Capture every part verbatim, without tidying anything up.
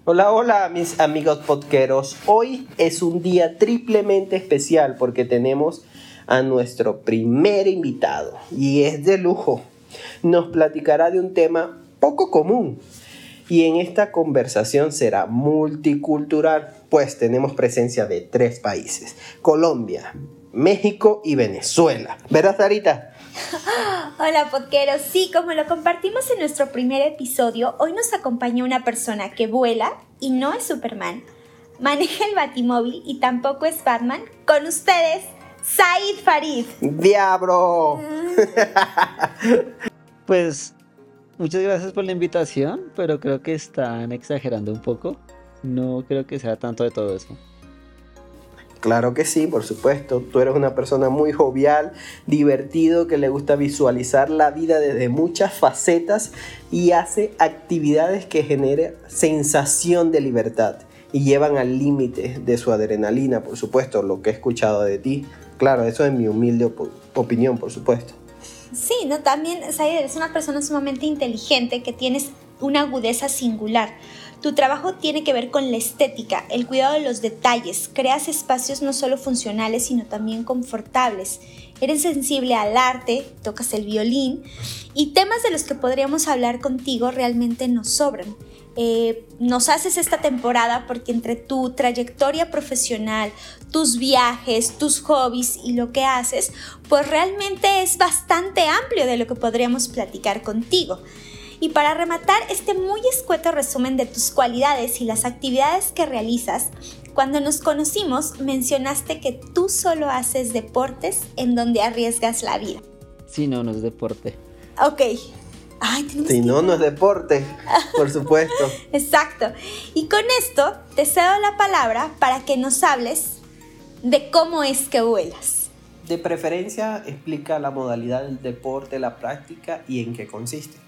Hola, hola mis amigos podqueros. Hoy es un día triplemente especial porque tenemos a nuestro primer invitado y es de lujo. Nos platicará de un tema poco común y en esta conversación será multicultural, pues tenemos presencia de tres países: Colombia, México y Venezuela. ¿Verdad, Sarita? Hola podqueros, sí, como lo compartimos en nuestro primer episodio, hoy nos acompaña una persona que vuela y no es Superman, maneja el Batimóvil y tampoco es Batman. Con ustedes, Said Farid. ¡Diablo! Pues muchas gracias por la invitación, pero creo que están exagerando un poco. No creo que sea tanto de todo eso. Claro que sí, por supuesto. Tú eres una persona muy jovial, divertido, que le gusta visualizar la vida desde muchas facetas y hace actividades que generen sensación de libertad y llevan al límite de su adrenalina, por supuesto, lo que he escuchado de ti. Claro, eso es mi humilde op- opinión, por supuesto. Sí, ¿no? También, Said, eres una persona sumamente inteligente que tienes una agudeza singular. Tu trabajo tiene que ver con la estética, el cuidado de los detalles. Creas espacios no solo funcionales, sino también confortables. Eres sensible al arte, tocas el violín y temas de los que podríamos hablar contigo realmente nos sobran. Eh, nos haces esta temporada porque entre tu trayectoria profesional, tus viajes, tus hobbies y lo que haces, pues realmente es bastante amplio de lo que podríamos platicar contigo. Y para rematar este muy escueto resumen de tus cualidades y las actividades que realizas, cuando nos conocimos mencionaste que tú solo haces deportes en donde arriesgas la vida. Sí, no, no es deporte. Ok. Ay, tenemos Si que... no, no es deporte, por supuesto. Exacto. Y con esto te cedo la palabra para que nos hables de cómo es que vuelas. De preferencia, explica la modalidad del deporte, la práctica y en qué consiste.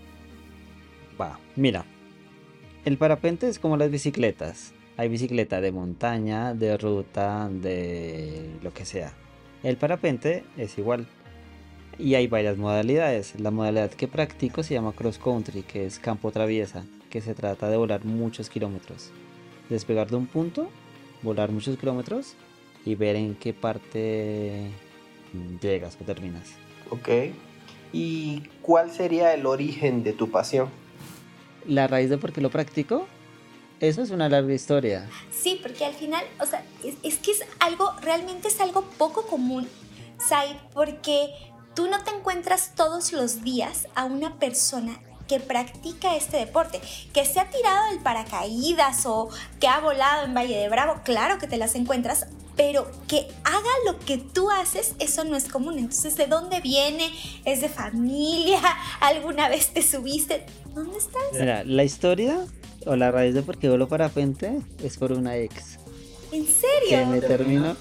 Va, mira. El parapente es como las bicicletas. Hay bicicleta de montaña, de ruta, de lo que sea. El parapente es igual. Y hay varias modalidades. La modalidad que practico se llama cross country, que es campo traviesa, que se trata de volar muchos kilómetros. Despegar de un punto, volar muchos kilómetros y ver en qué parte llegas o terminas. Ok. ¿Y cuál sería el origen de tu pasión? La raíz de por qué lo practico, eso es una larga historia. Sí, porque al final, o sea, es, es que es algo, realmente es algo poco común, Said, porque tú no te encuentras todos los días a una persona que practica este deporte, que se ha tirado del paracaídas o que ha volado en Valle de Bravo. Claro que te las encuentras, pero que haga lo que tú haces, eso no es común. Entonces, ¿de dónde viene? ¿Es de familia? ¿Alguna vez te subiste? ¿Dónde estás? Mira, la historia o la raíz de por qué vuelo parapente es por una ex. ¿En serio? Que me terminó.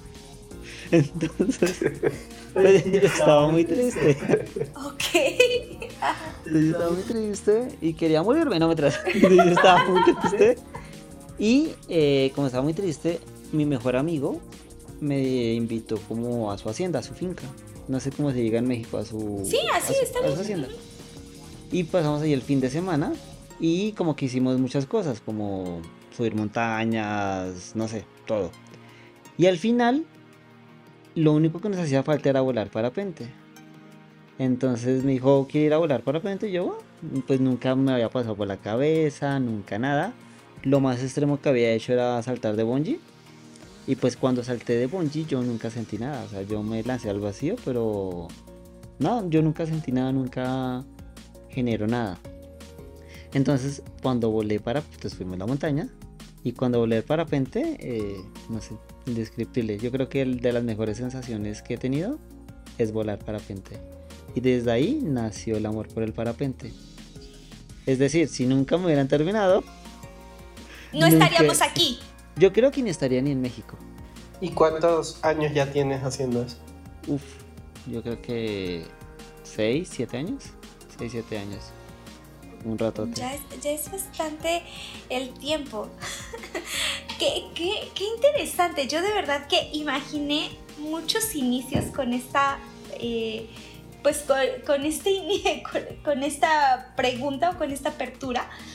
Entonces, pues, yo estaba muy triste. Ok. Yo estaba muy triste y quería morirme, no me traes. Yo estaba muy triste. Y eh, como estaba muy triste, mi mejor amigo me invitó como a su hacienda, a su finca. No sé cómo se diga en México, a su... Sí, así a su, está a su bien. hacienda. Y pasamos ahí el fin de semana y como que hicimos muchas cosas, como subir montañas, no sé, todo. Y al final, lo único que nos hacía falta era volar parapente. Entonces me dijo, ¿quiere ir a volar parapente? Y yo, bueno, pues nunca me había pasado por la cabeza, nunca nada. Lo más extremo que había hecho era saltar de bungee. Y pues cuando salté de bungee yo nunca sentí nada. O sea, yo me lancé al vacío, pero... No, yo nunca sentí nada, nunca generó nada. Entonces cuando volé para... Pues fuimos a la montaña. Y cuando volé el parapente, eh, no sé, indescriptible. Yo creo que el de las mejores sensaciones que he tenido es volar parapente. Y desde ahí nació el amor por el parapente. Es decir, si nunca me hubieran terminado... No nunca... estaríamos aquí. Yo creo que ni estaría ni en México. ¿Y cuántos años ya tienes haciendo eso? Uf, yo creo que... ¿seis, siete años? seis, siete años. Un rato. Ya es, ya es bastante el tiempo. qué, qué, qué interesante. Yo de verdad que imaginé muchos inicios con esta... Eh, pues con, con, este, con, con esta pregunta o con esta apertura,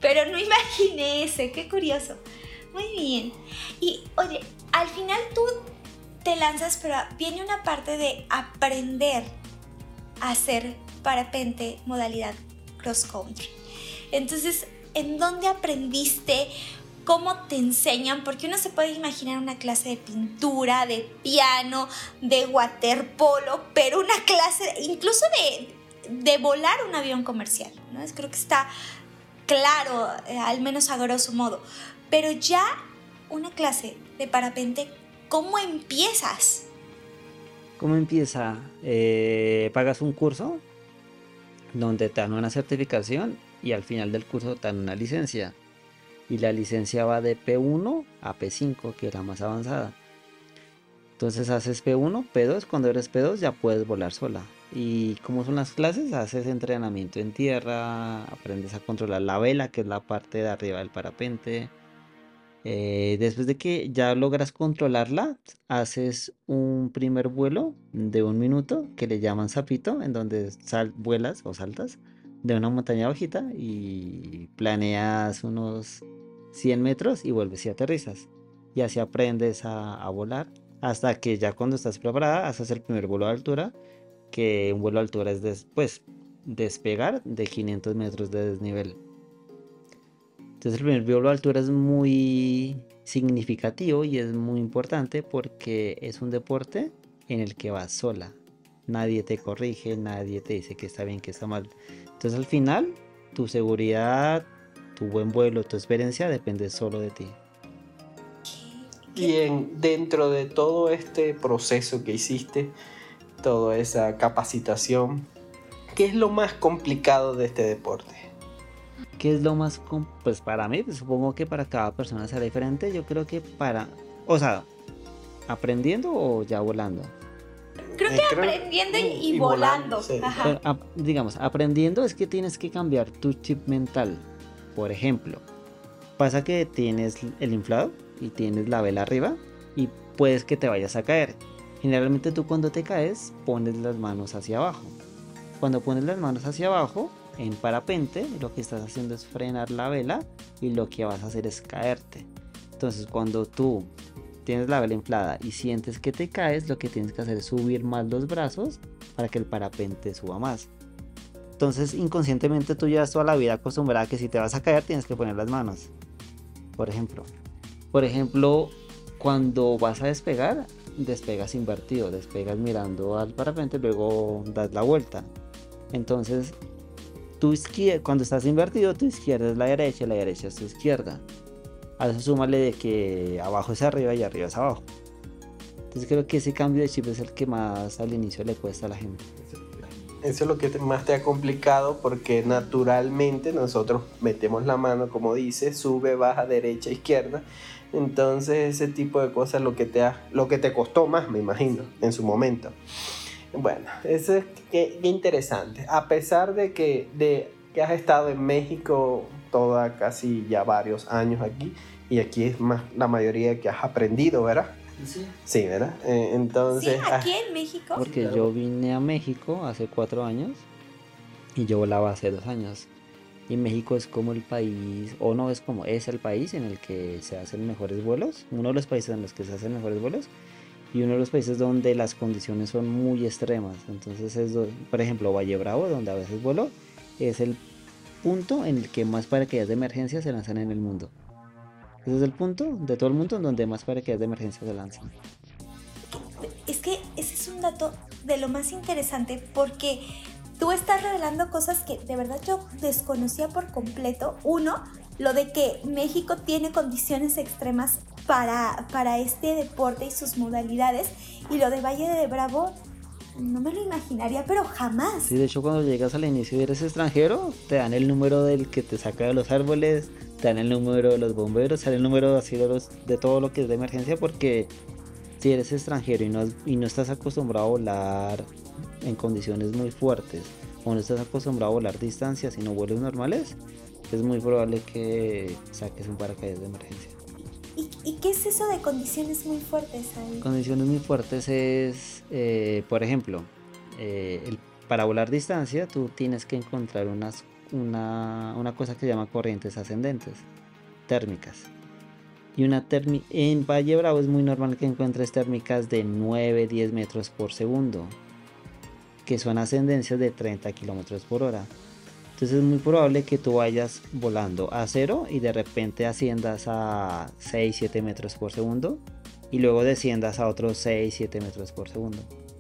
pero no imaginé ese, qué curioso. Muy bien. Y oye, al final tú te lanzas, pero viene una parte de aprender a hacer parapente modalidad cross country. Entonces, ¿en dónde aprendiste? ¿Cómo te enseñan? Porque uno se puede imaginar una clase de pintura, de piano, de waterpolo, pero una clase incluso de, de volar un avión comercial, ¿no? Creo que está claro, eh, al menos a grosso modo. Pero ya una clase de parapente, ¿cómo empiezas? ¿Cómo empieza? Eh, pagas un curso donde te dan una certificación y al final del curso te dan una licencia. Y la licencia va de P uno a P cinco, que es la más avanzada. Entonces haces P uno, P dos, cuando eres P dos ya puedes volar sola. Y como son las clases, haces entrenamiento en tierra, aprendes a controlar la vela, que es la parte de arriba del parapente. Eh, después de que ya logras controlarla, haces un primer vuelo de un minuto que le llaman zapito, en donde sal, vuelas o saltas de una montaña bajita y planeas unos cien metros y vuelves y aterrizas. Y así aprendes a, a volar hasta que ya cuando estás preparada haces el primer vuelo de altura, que un vuelo de altura es después despegar de quinientos metros de desnivel. Entonces el primer vuelo de altura es muy significativo y es muy importante porque es un deporte en el que vas sola. Nadie te corrige, nadie te dice que está bien, que está mal. Entonces al final tu seguridad, tu buen vuelo, tu experiencia depende solo de ti. Y en, dentro de todo este proceso que hiciste, toda esa capacitación, ¿qué es lo más complicado de este deporte? ¿Qué es lo más com- pues para mí, pues supongo que para cada persona será diferente. Yo creo que para, o sea, aprendiendo o ya volando. Creo que Eh, creo- aprendiendo y, y y volando. volando, sí. Ajá. Pero, ap- digamos, aprendiendo es que tienes que cambiar tu chip mental. Por ejemplo, pasa que tienes el inflado y tienes la vela arriba y puedes que te vayas a caer. Generalmente tú cuando te caes pones las manos hacia abajo. Cuando pones las manos hacia abajo en parapente, lo que estás haciendo es frenar la vela y lo que vas a hacer es caerte. Entonces cuando tú tienes la vela inflada y sientes que te caes, lo que tienes que hacer es subir más los brazos para que el parapente suba más. Entonces inconscientemente tú llevas toda la vida acostumbrada a que si te vas a caer tienes que poner las manos. Por ejemplo, por ejemplo, cuando vas a despegar, despegas invertido, despegas mirando al parapente, luego das la vuelta. Entonces, tu izquierda, cuando estás invertido, tu izquierda es la derecha y la derecha es tu izquierda. A eso súmale de que abajo es arriba y arriba es abajo. Entonces creo que ese cambio de chip es el que más al inicio le cuesta a la gente. Eso es lo que te- más te ha complicado porque naturalmente nosotros metemos la mano, como dices, sube, baja, derecha, izquierda. Entonces ese tipo de cosas lo que te ha, lo que te costó más, me imagino, en su momento. Bueno, eso es qué, qué interesante. A pesar de que, de que has estado en México toda casi ya varios años aquí, y aquí es más la mayoría que has aprendido, ¿verdad? Sí. Sí, ¿verdad? Eh, Sí, entonces, aquí en México. Porque yo vine a México hace cuatro años y yo volaba hace dos años. Y México es como el país, o no es como, es el país en el que se hacen mejores vuelos, uno de los países en los que se hacen mejores vuelos y uno de los países donde las condiciones son muy extremas. Entonces es, do- por ejemplo, Valle Bravo, donde a veces vuelo, es el punto en el que más paracaídas de emergencia se lanzan en el mundo. Ese es el punto de todo el mundo en donde más paracaídas de emergencia se lanzan. Es que ese es un dato de lo más interesante porque tú estás revelando cosas que de verdad yo desconocía por completo. Uno, lo de que México tiene condiciones extremas para, para este deporte y sus modalidades. Y lo de Valle de Bravo, no me lo imaginaría, pero jamás. Sí, de hecho cuando llegas al inicio y eres extranjero, te dan el número del que te saca de los árboles, te dan el número de los bomberos, te dan el número así de, los, de todo lo que es de emergencia, porque si eres extranjero y no, has- y no estás acostumbrado a volar en condiciones muy fuertes, o no estás acostumbrado a volar distancias y no vuelos normales, es muy probable que saques un paracaídas de emergencia. ¿Y, y qué es eso de condiciones muy fuertes ahí? Condiciones muy fuertes es, eh, por ejemplo, eh, el- para volar distancia tú tienes que encontrar unas una, una cosa que se llama corrientes ascendentes, térmicas. Y una termi en Valle Bravo es muy normal que encuentres térmicas de nueve a diez metros por segundo, que son ascendencias de treinta kilómetros por hora. Entonces es muy probable que tú vayas volando a cero y de repente asciendas a seis a siete metros por segundo y luego desciendas a otros seis a siete metros por segundo.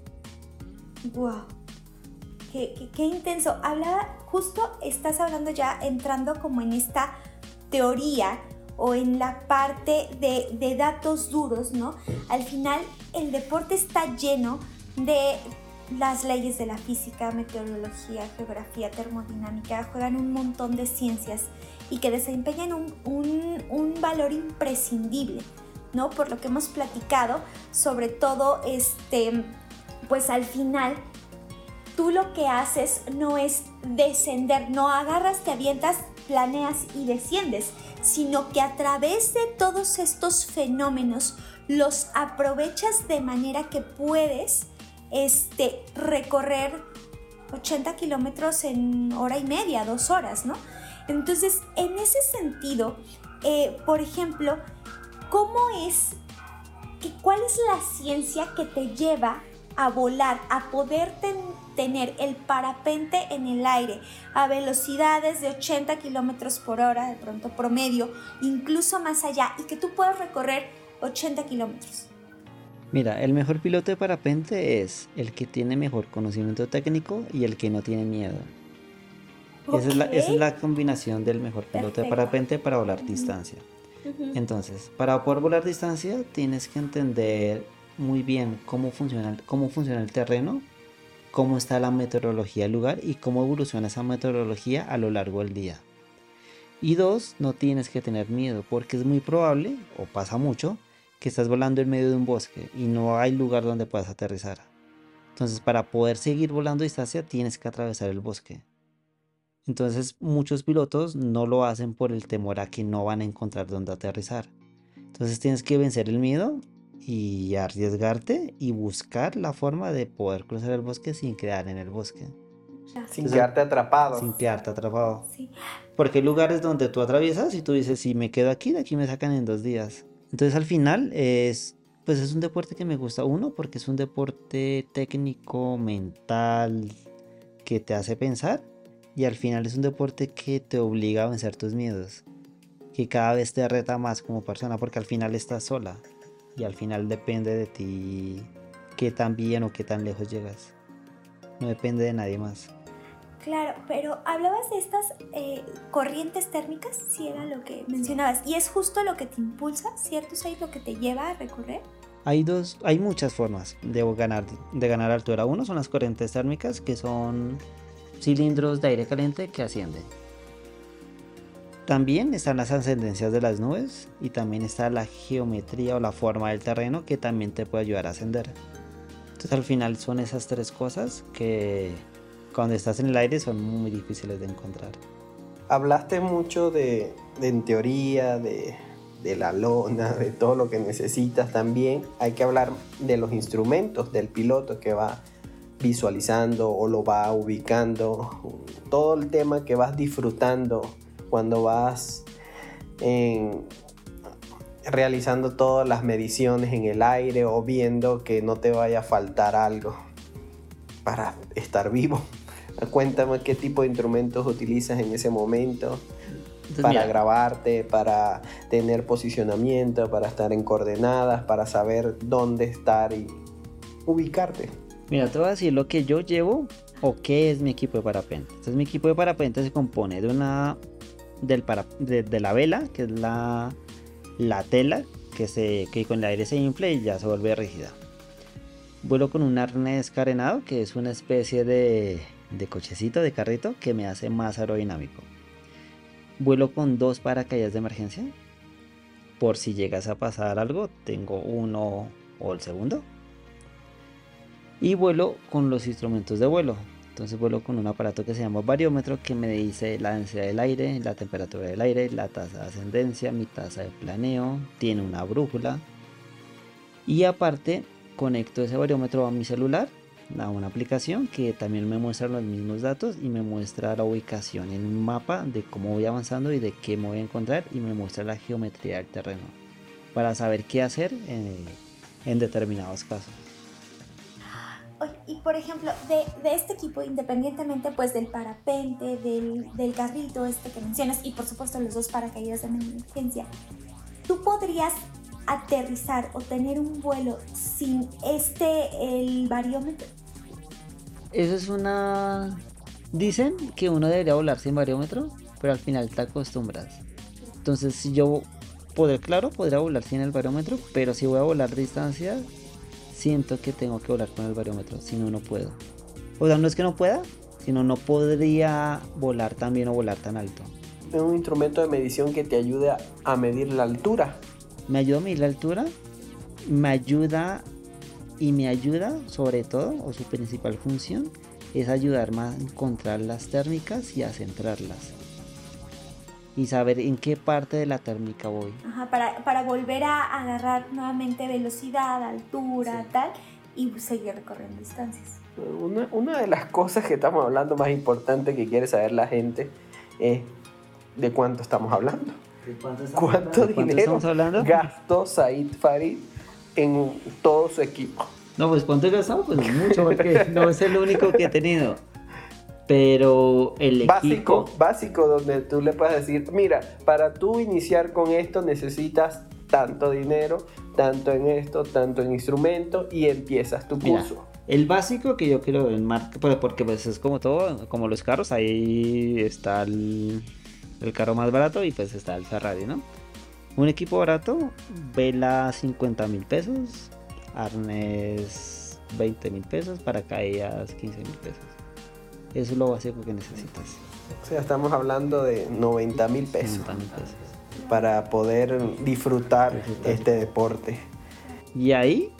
Wow. Qué, qué, qué intenso. Hablaba, justo estás hablando ya entrando como en esta teoría o en la parte de, de datos duros, ¿no? Al final el deporte está lleno de las leyes de la física, meteorología, geografía, termodinámica, juegan un montón de ciencias y que desempeñan un, un, un valor imprescindible, ¿no? Por lo que hemos platicado, sobre todo, este, pues al final, tú lo que haces no es descender, no agarras, te avientas, planeas y desciendes, sino que a través de todos estos fenómenos los aprovechas de manera que puedes Este, recorrer ochenta kilómetros en hora y media, dos horas, ¿no? Entonces, en ese sentido, eh, por ejemplo, ¿cómo es, que, cuál es la ciencia que te lleva a volar, a poder ten, tener el parapente en el aire a velocidades de ochenta kilómetros por hora, de pronto promedio, incluso más allá, y que tú puedas recorrer ochenta kilómetros? Mira, el mejor piloto de parapente es el que tiene mejor conocimiento técnico y el que no tiene miedo. Okay. Esa, es la, esa es la combinación del mejor piloto Perfecto. de parapente para volar uh-huh. distancia. Uh-huh. Entonces, para poder volar distancia tienes que entender muy bien cómo funciona, cómo funciona el terreno, cómo está la meteorología del lugar y cómo evoluciona esa meteorología a lo largo del día. Y dos, no tienes que tener miedo porque es muy probable, o pasa mucho, que estás volando en medio de un bosque y no hay lugar donde puedas aterrizar. Entonces, para poder seguir volando a distancia, tienes que atravesar el bosque. Entonces, muchos pilotos no lo hacen por el temor a que no van a encontrar dónde aterrizar. Entonces, tienes que vencer el miedo y arriesgarte y buscar la forma de poder cruzar el bosque sin quedar en el bosque. Sin Entonces, quedarte atrapado. Sin quedarte atrapado. Sí. Porque hay lugares donde tú atraviesas y tú dices, si me quedo aquí, de aquí me sacan en dos días. Entonces al final es, pues es un deporte que me gusta, uno, porque es un deporte técnico, mental, que te hace pensar, y al final es un deporte que te obliga a vencer tus miedos, que cada vez te reta más como persona, porque al final estás sola, y al final depende de ti qué tan bien o qué tan lejos llegas, no depende de nadie más. Claro, pero hablabas de estas eh, corrientes térmicas, si era lo que mencionabas, y es justo lo que te impulsa, ¿cierto? ¿Es lo que te lleva a recorrer? Hay dos, hay muchas formas de ganar, de ganar altura. Uno son las corrientes térmicas, que son cilindros de aire caliente que ascienden. También están las ascendencias de las nubes y también está la geometría o la forma del terreno que también te puede ayudar a ascender. Entonces al final son esas tres cosas que cuando estás en el aire son muy difíciles de encontrar. Hablaste mucho de, de en teoría, de, de la lona, de todo lo que necesitas. También hay que hablar de los instrumentos del piloto que va visualizando o lo va ubicando. Todo el tema que vas disfrutando cuando vas en, realizando todas las mediciones en el aire o viendo que no te vaya a faltar algo para estar vivo. Cuéntame qué tipo de instrumentos utilizas en ese momento. Entonces, para mira, grabarte, para tener posicionamiento, para estar en coordenadas, para saber dónde estar y ubicarte. Mira, te voy a decir lo que yo llevo o qué es mi equipo de parapente. Entonces mi equipo de parapente se compone de una del para, de, de la vela, que es la, la tela que, se, que con el aire se infla y ya se vuelve rígida. Vuelo con un arnés carenado, que es una especie de de cochecito, de carrito, que me hace más aerodinámico. Vuelo con dos paracaídas de emergencia, por si llegas a pasar algo, tengo uno o el segundo. Y vuelo con los instrumentos de vuelo. Entonces vuelo con un aparato que se llama bariómetro, que me dice la densidad del aire, la temperatura del aire, la tasa de ascendencia, mi tasa de planeo, tiene una brújula. Y aparte conecto ese bariómetro a mi celular a una aplicación que también me muestra los mismos datos y me muestra la ubicación en un mapa de cómo voy avanzando y de qué me voy a encontrar, y me muestra la geometría del terreno para saber qué hacer en, en determinados casos. Oye, y por ejemplo, de, de este equipo, independientemente pues del parapente, del, del carrito este que mencionas, y por supuesto los dos paracaídas de emergencia, ¿tú podrías aterrizar o tener un vuelo sin este, el variómetro? Eso es una... Dicen que uno debería volar sin variómetro, pero al final te acostumbras. Entonces, si yo podré, claro, podría volar sin el variómetro, pero si voy a volar distancia, siento que tengo que volar con el variómetro, si no, no puedo. O sea, no es que no pueda, sino no podría volar tan bien o volar tan alto. Es un instrumento de medición que te ayuda a medir la altura. Me ayuda a medir la altura, me ayuda y me ayuda sobre todo, o su principal función, es ayudarme a encontrar las térmicas y a centrarlas. Y saber en qué parte de la térmica voy. Ajá, para, para volver a agarrar nuevamente velocidad, altura, sí, tal, y seguir recorriendo distancias. Una, una de las cosas que estamos hablando más importante que quiere saber la gente es de cuánto estamos hablando. ¿De cuánto, ¿Cuánto ¿De cuánto dinero estamos hablando? gastó Said Farid en todo su equipo? No, pues ¿cuánto he gastado? Pues mucho, porque no es el único que he tenido. Pero el básico, equipo... Básico, donde tú le puedes decir, mira, para tú iniciar con esto necesitas tanto dinero, tanto en esto, tanto en instrumento, y empiezas tu curso. Mira, el básico que yo quiero en marca, pues, porque pues es como todo, como los carros, ahí está el, el carro más barato y pues está el Ferrari, ¿no? Un equipo barato, vela cincuenta mil pesos, arnés veinte mil pesos, paracaídas quince mil pesos. Eso es lo básico que necesitas. O sea, estamos hablando de noventa mil pesos, noventa mil pesos para poder disfrutar, disfrutar este deporte. Y ahí,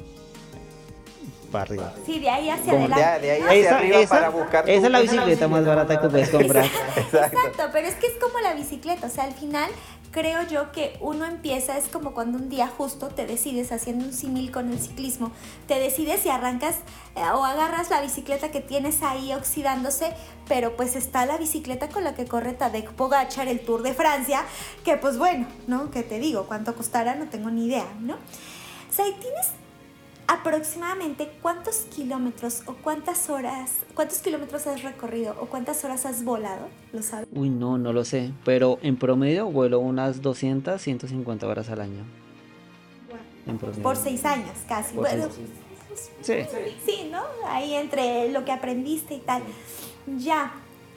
para arriba. Sí, de ahí hacia Como adelante. de, de ahí hacia esa, arriba esa, para buscar. Esa es la bicicleta más barata que puedes comprar. Exacto. Exacto, pero es que es como la bicicleta, o sea, al final creo yo que uno empieza, es como cuando un día justo te decides, haciendo un símil con el ciclismo, te decides y arrancas eh, o agarras la bicicleta que tienes ahí oxidándose, pero pues está la bicicleta con la que corre Tadej Pogačar el Tour de Francia, que pues bueno, ¿no? ¿Qué te digo? ¿Cuánto costará? No tengo ni idea, ¿no? O sea, ¿tienes aproximadamente cuántos kilómetros o cuántas horas, cuántos kilómetros has recorrido o cuántas horas has volado? ¿Lo sabes? Uy, no, no lo sé, pero en promedio vuelo unas doscientas, ciento cincuenta horas al año. Bueno, en promedio. Por seis años casi. Por Bueno, seis. Sí. Sí, ¿no? Ahí entre lo que aprendiste y tal. Ya.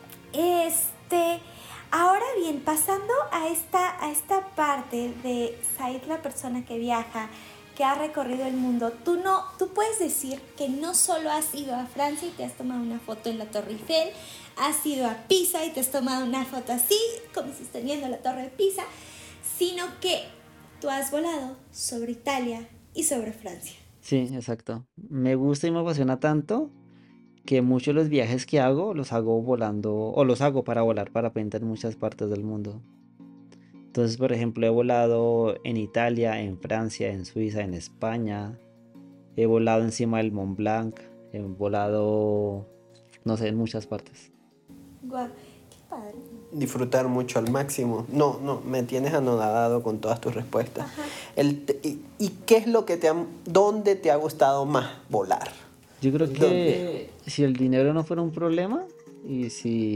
Este... Ahora bien, pasando a esta, a esta parte de Said, la persona que viaja, que ha recorrido el mundo, tú no, tú puedes decir que no solo has ido a Francia y te has tomado una foto en la Torre Eiffel, has ido a Pisa y te has tomado una foto así, como si estás viendo la Torre de Pisa, sino que tú has volado sobre Italia y sobre Francia. Sí, exacto. Me gusta y me apasiona tanto que muchos de los viajes que hago los hago volando, o los hago para volar parapente en muchas partes del mundo. Entonces, por ejemplo, he volado en Italia, en Francia, en Suiza, en España. He volado encima del Mont Blanc. He volado, no sé, en muchas partes. Guau, qué padre. Disfrutar mucho al máximo. No, no, me tienes anonadado con todas tus respuestas. El te, y, ¿Y qué es lo que te ha, dónde te ha gustado más volar? Yo creo que ¿Dónde? Si el dinero no fuera un problema, y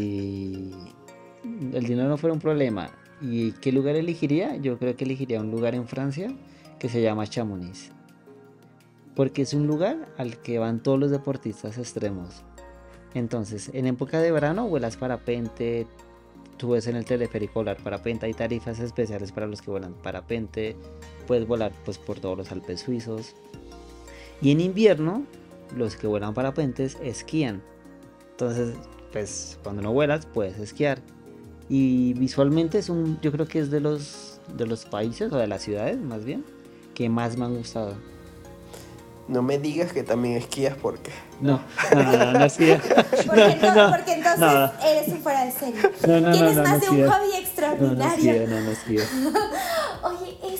si el dinero no fuera un problema, ¿y qué lugar elegiría? Yo creo que elegiría un lugar en Francia que se llama Chamonix. Porque es un lugar al que van todos los deportistas extremos. Entonces, en época de verano vuelas parapente, tú ves en el teleférico volar parapente, hay tarifas especiales para los que vuelan parapente, puedes volar pues por todos los Alpes suizos. Y en invierno, los que vuelan parapentes esquían. Entonces, pues cuando no vuelas puedes esquiar. Y visualmente es un, yo creo que es de los de los países o de las ciudades más bien que más me han gustado. No me digas que también esquías porque no, no, no, no, no esquío. Porque, no, no, porque entonces no. eres un fuera de serie. No, no, Tienes no, no, más no de esquío. un hobby extraordinario. No, no esquío, no, no esquío. Oye, esta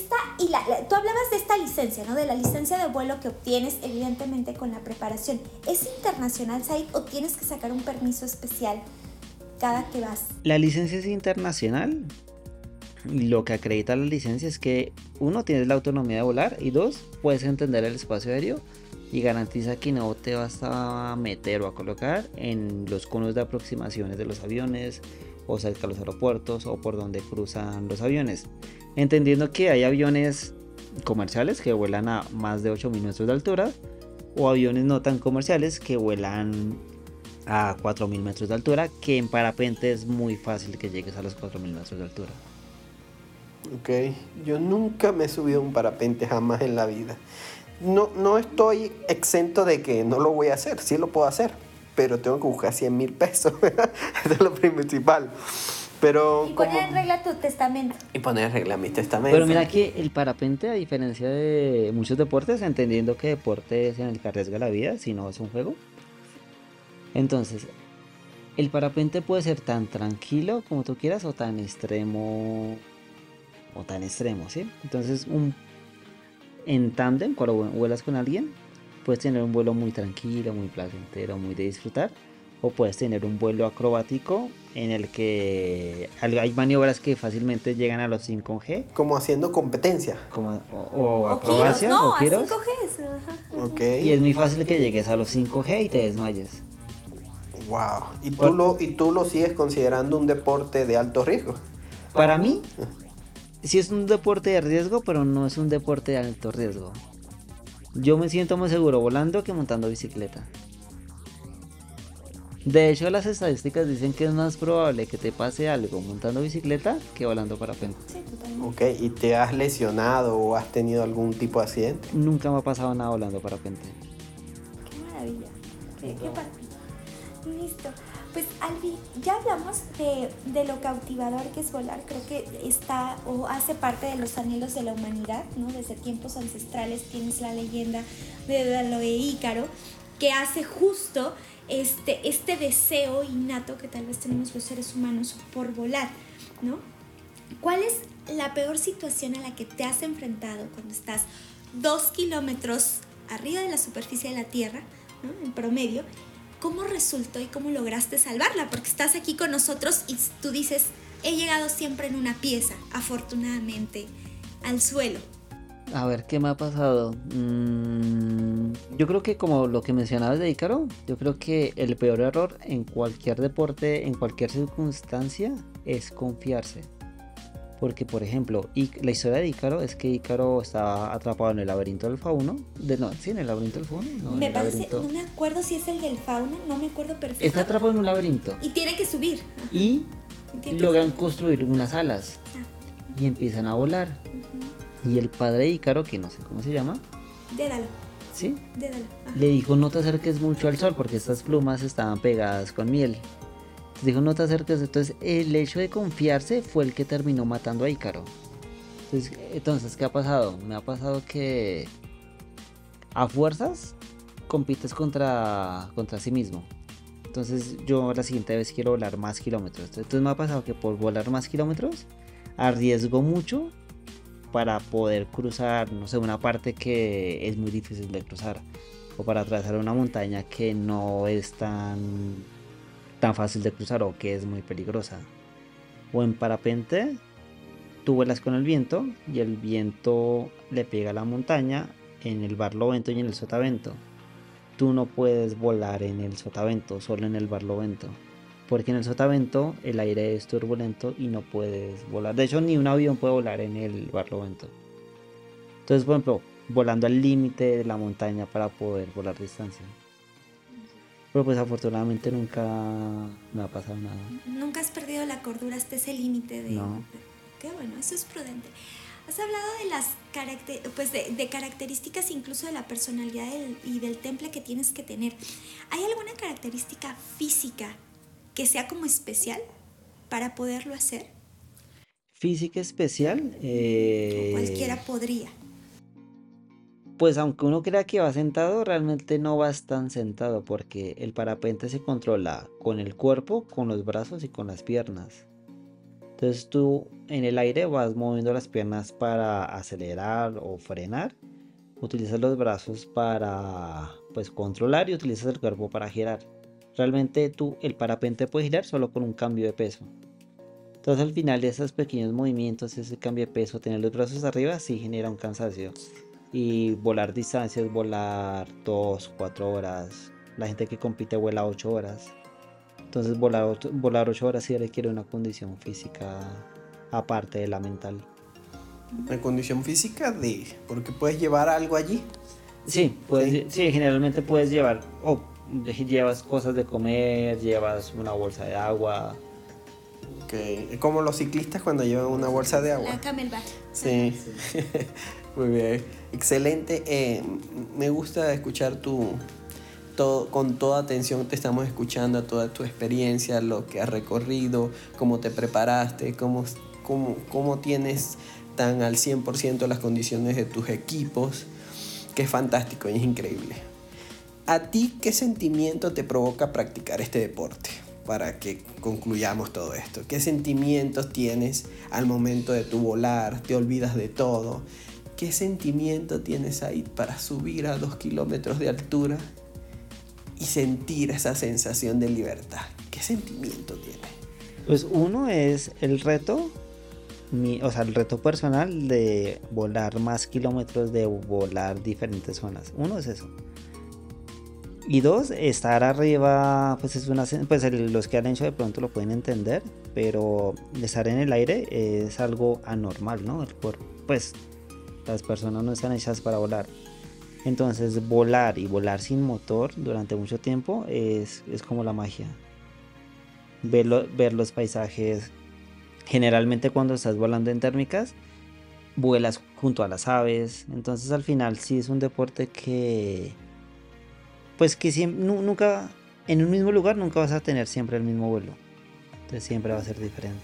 y la, la, tú hablabas de esta licencia, ¿no? De la licencia de vuelo que obtienes, evidentemente, con la preparación. ¿Es internacional, Said, o tienes que sacar un permiso especial cada que vas? La licencia es internacional. Lo que acredita la licencia es que, uno, tienes la autonomía de volar, y dos, puedes entender el espacio aéreo y garantiza que no te vas a meter o a colocar en los conos de aproximaciones de los aviones, o cerca de los aeropuertos, o por donde cruzan los aviones. Entendiendo que hay aviones comerciales que vuelan a más de ocho mil metros de altura, o aviones no tan comerciales que vuelan a cuatro mil metros de altura, que en parapente es muy fácil que llegues a los cuatro mil metros de altura. Ok, yo nunca me he subido a un parapente, jamás en la vida. No, no estoy exento de que no lo voy a hacer, sí lo puedo hacer, pero tengo que buscar cien mil pesos. Eso es lo principal. Pero y poner como... en regla tu testamento. Y poner en regla mi testamento. Pero mira que el parapente, a diferencia de muchos deportes, entendiendo que deporte es en el que arriesga la vida, si no es un juego. Entonces, el parapente puede ser tan tranquilo como tú quieras, o tan extremo, o tan extremo, ¿sí? Entonces, un, en tándem, cuando vuelas con alguien, puedes tener un vuelo muy tranquilo, muy placentero, muy de disfrutar. O puedes tener un vuelo acrobático en el que hay maniobras que fácilmente llegan a los cinco G. Como haciendo competencia. Como, o, o O acrobacia, giros, no, o a giros. cinco Gs. Ajá. Ok. Y es muy fácil que llegues a los cinco G y te desmayes. Wow. ¿Y tú, lo, ¿Y tú lo sigues considerando un deporte de alto riesgo? Para mí, sí es un deporte de riesgo, pero no es un deporte de alto riesgo. Yo me siento más seguro volando que montando bicicleta. De hecho, las estadísticas dicen que es más probable que te pase algo montando bicicleta que volando parapente. Sí, totalmente. Ok, ¿y te has lesionado o has tenido algún tipo de accidente? Nunca me ha pasado nada volando parapente. Qué maravilla. Qué, qué par- Listo. Pues Albi, ya hablamos de, de lo cautivador que es volar. Creo que está o hace parte de los anhelos de la humanidad, ¿no? Desde tiempos ancestrales tienes la leyenda de Dédalo e Ícaro, que hace justo este, este deseo innato que tal vez tenemos los seres humanos por volar, ¿no? ¿Cuál es la peor situación a la que te has enfrentado cuando estás dos kilómetros arriba de la superficie de la Tierra, ¿no? En promedio? ¿Cómo resultó y cómo lograste salvarla? Porque estás aquí con nosotros y tú dices, he llegado siempre en una pieza, afortunadamente, al suelo. A ver, ¿qué me ha pasado? Mm, yo creo que como lo que mencionabas de Ícaro, yo creo que el peor error en cualquier deporte, en cualquier circunstancia, es confiarse. Porque, por ejemplo, la historia de Ícaro es que Ícaro estaba atrapado en el laberinto del fauno. De, no, ¿sí? ¿En el laberinto del fauno? No, me el parece, laberinto. no me acuerdo si es el del fauno, no me acuerdo perfecto. Está atrapado en un laberinto. Y tiene que subir. Ajá. Y Y logran construir unas alas. Ah. Y empiezan a volar. Uh-huh. Y el padre de Ícaro, que no sé cómo se llama. Dédalo. ¿Sí? Dédalo. Ajá. Le dijo, no te acerques mucho al sol porque estas plumas estaban pegadas con miel. Entonces dijo, no te acerques. Entonces el hecho de confiarse fue el que terminó matando a Ícaro. Entonces, entonces, ¿qué ha pasado? Me ha pasado que a fuerzas compites contra, contra sí mismo. Entonces yo la siguiente vez quiero volar más kilómetros. Entonces me ha pasado que por volar más kilómetros arriesgo mucho para poder cruzar, no sé, una parte que es muy difícil de cruzar. O para atravesar una montaña que no es tan, tan fácil de cruzar o que es muy peligrosa. O en parapente, tú vuelas con el viento y el viento le pega a la montaña en el barlovento y en el sotavento. Tú no puedes volar en el sotavento, solo en el barlovento. Porque en el sotavento el aire es turbulento y no puedes volar. De hecho, ni un avión puede volar en el barlovento. Entonces, por ejemplo, volando al límite de la montaña para poder volar distancia. Pero pues afortunadamente nunca me ha pasado nada. Nunca has perdido la cordura hasta ese límite de... No. Qué bueno, eso es prudente. Has hablado de las caracter- pues de, de características incluso de la personalidad del, y del temple que tienes que tener. ¿Hay alguna característica física que sea como especial para poderlo hacer? Física especial. Eh... O cualquiera podría. Pues aunque uno crea que va sentado, realmente no vas tan sentado porque el parapente se controla con el cuerpo, con los brazos y con las piernas. Entonces tú en el aire vas moviendo las piernas para acelerar o frenar, utilizas los brazos para pues controlar y utilizas el cuerpo para girar. Realmente tú el parapente puede girar solo con un cambio de peso. Entonces al final de esos pequeños movimientos, ese cambio de peso, tener los brazos arriba sí genera un cansancio. Y volar distancias, volar dos, cuatro horas. La gente que compite vuela ocho horas. Entonces volar ocho, volar ocho horas sí requiere una condición física aparte de la mental. ¿Una condición física de...? ¿Porque puedes llevar algo allí? Sí, puedes, sí, generalmente puedes llevar, o llevas cosas de comer, llevas una bolsa de agua. Okay. Como los ciclistas cuando llevan una bolsa de agua. La Camelback. Sí, muy bien, excelente. Eh, me gusta escuchar tu... Todo, con toda atención te estamos escuchando, toda tu experiencia, lo que has recorrido, cómo te preparaste, cómo, cómo, cómo tienes tan al cien por ciento las condiciones de tus equipos, que es fantástico y es increíble. ¿A ti qué sentimiento te provoca practicar este deporte? Para que concluyamos todo esto. ¿Qué sentimientos tienes al momento de tu volar? ¿Te olvidas de todo? ¿Qué sentimiento tienes ahí para subir a dos kilómetros de altura y sentir esa sensación de libertad? ¿Qué sentimiento tiene? Pues uno es el reto, mi, o sea, el reto personal de volar más kilómetros, de volar diferentes zonas. Uno es eso. Y dos, estar arriba, pues es una, pues el, los que han hecho de pronto lo pueden entender, pero estar en el aire es algo anormal, ¿no? El cuerpo, pues las personas no están hechas para volar. Entonces volar y volar sin motor durante mucho tiempo es, es como la magia. Ver, lo, ver los paisajes. Generalmente cuando estás volando en térmicas, vuelas junto a las aves. Entonces al final sí es un deporte que... Pues que siempre, nunca, en un mismo lugar nunca vas a tener siempre el mismo vuelo. Entonces siempre va a ser diferente.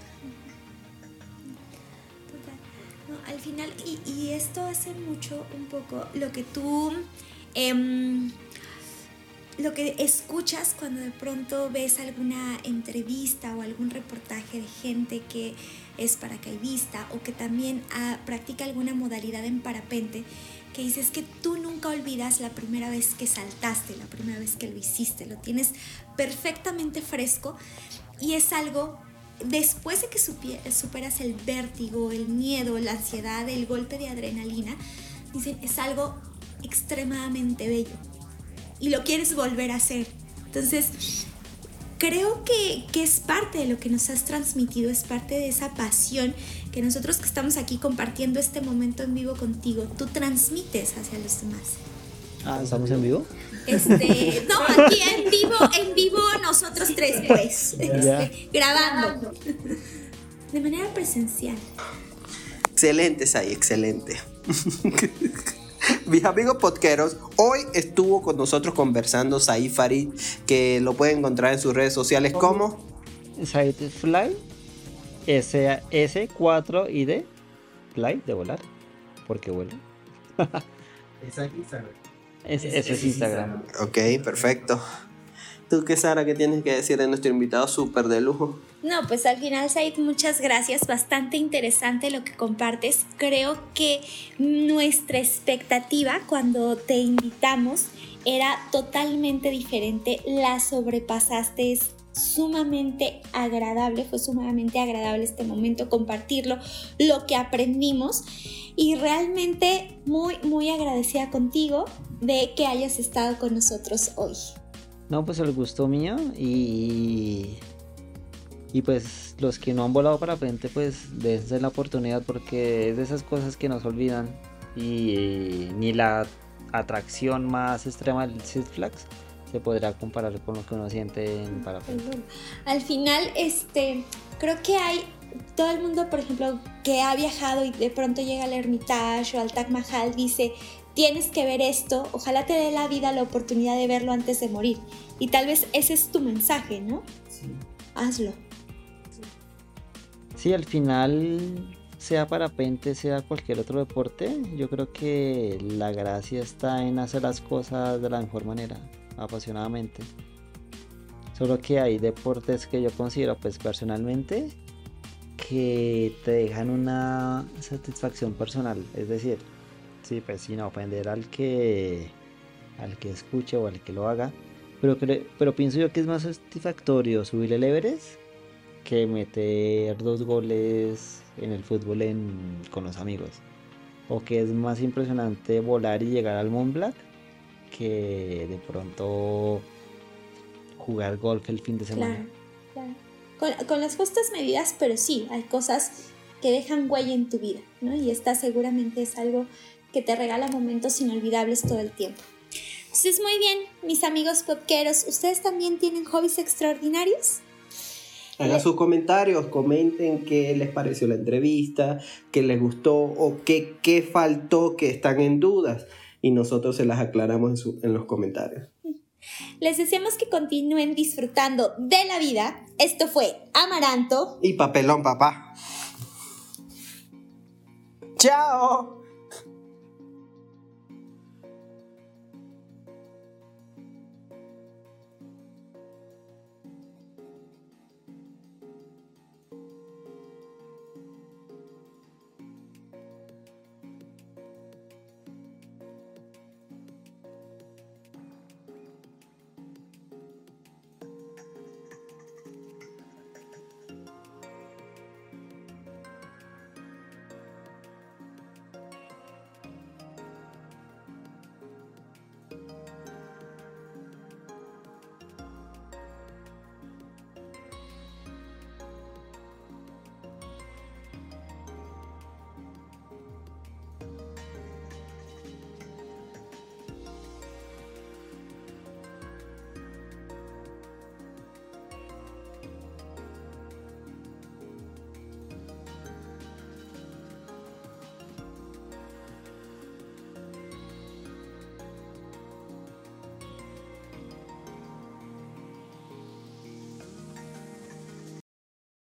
No, al final, y, y esto hace mucho un poco lo que tú, eh, lo que escuchas cuando de pronto ves alguna entrevista o algún reportaje de gente que es paracaidista o que también ah, practica alguna modalidad en parapente, que dices que tú nunca olvidas la primera vez que saltaste, la primera vez que lo hiciste, lo tienes perfectamente fresco y es algo, después de que superas el vértigo, el miedo, la ansiedad, el golpe de adrenalina, dicen, es algo extremadamente bello y lo quieres volver a hacer. Entonces, creo que, que es parte de lo que nos has transmitido, es parte de esa pasión que nosotros que estamos aquí compartiendo este momento en vivo contigo, tú transmites hacia los demás. Ah, ¿estamos en vivo? Este, no, aquí en vivo, en vivo nosotros tres pues, este, grabando, de manera presencial. Excelente, Sai, excelente. Mis amigos podqueros, hoy estuvo con nosotros conversando Said Farid, que lo pueden encontrar en sus redes sociales como Said Fly, S cuatro I D, Fly, de volar, porque vuela. Esa es Instagram. Es, ese es Instagram. Ok, perfecto. ¿Tú qué, Sara, qué tienes que decir de nuestro invitado súper de lujo? No, pues al final, Said, muchas gracias, bastante interesante lo que compartes. Creo que nuestra expectativa cuando te invitamos era totalmente diferente, la sobrepasaste, es sumamente agradable, fue sumamente agradable este momento, compartirlo, lo que aprendimos y realmente muy, muy agradecida contigo de que hayas estado con nosotros hoy. No, pues el gusto mío y... Y pues los que no han volado parapente, pues dense la oportunidad porque es de esas cosas que nos olvidan. Y ni la atracción más extrema del Six Flags se podrá comparar con lo que uno siente en parapente. Al final, este, creo que hay todo el mundo, por ejemplo, que ha viajado y de pronto llega al Hermitage o al Taj Mahal, dice, tienes que ver esto, ojalá te dé la vida la oportunidad de verlo antes de morir. Y tal vez ese es tu mensaje, ¿no? Sí. Hazlo. Sí, al final, sea parapente, sea cualquier otro deporte, yo creo que la gracia está en hacer las cosas de la mejor manera, apasionadamente. Solo que hay deportes que yo considero, pues personalmente, que te dejan una satisfacción personal. Es decir, sí, pues sin ofender al que al que escuche o al que lo haga, pero, cre- pero pienso yo que es más satisfactorio subir el Everest que meter dos goles en el fútbol en- con los amigos. O que es más impresionante volar y llegar al Mont Blanc que de pronto jugar golf el fin de semana. Claro, claro. Con, con las justas medidas, pero sí, hay cosas que dejan huella en tu vida, ¿no? Y esta seguramente es algo que te regala momentos inolvidables todo el tiempo. Entonces, muy bien, mis amigos podqueros, ¿ustedes también tienen hobbies extraordinarios? Hagan sus comentarios, comenten qué les pareció la entrevista, qué les gustó o qué, qué faltó, que están en dudas. Y nosotros se las aclaramos en, su- en los comentarios. Les deseamos que continúen disfrutando de la vida. Esto fue Amaranto. Y papelón, papá. ¡Chao!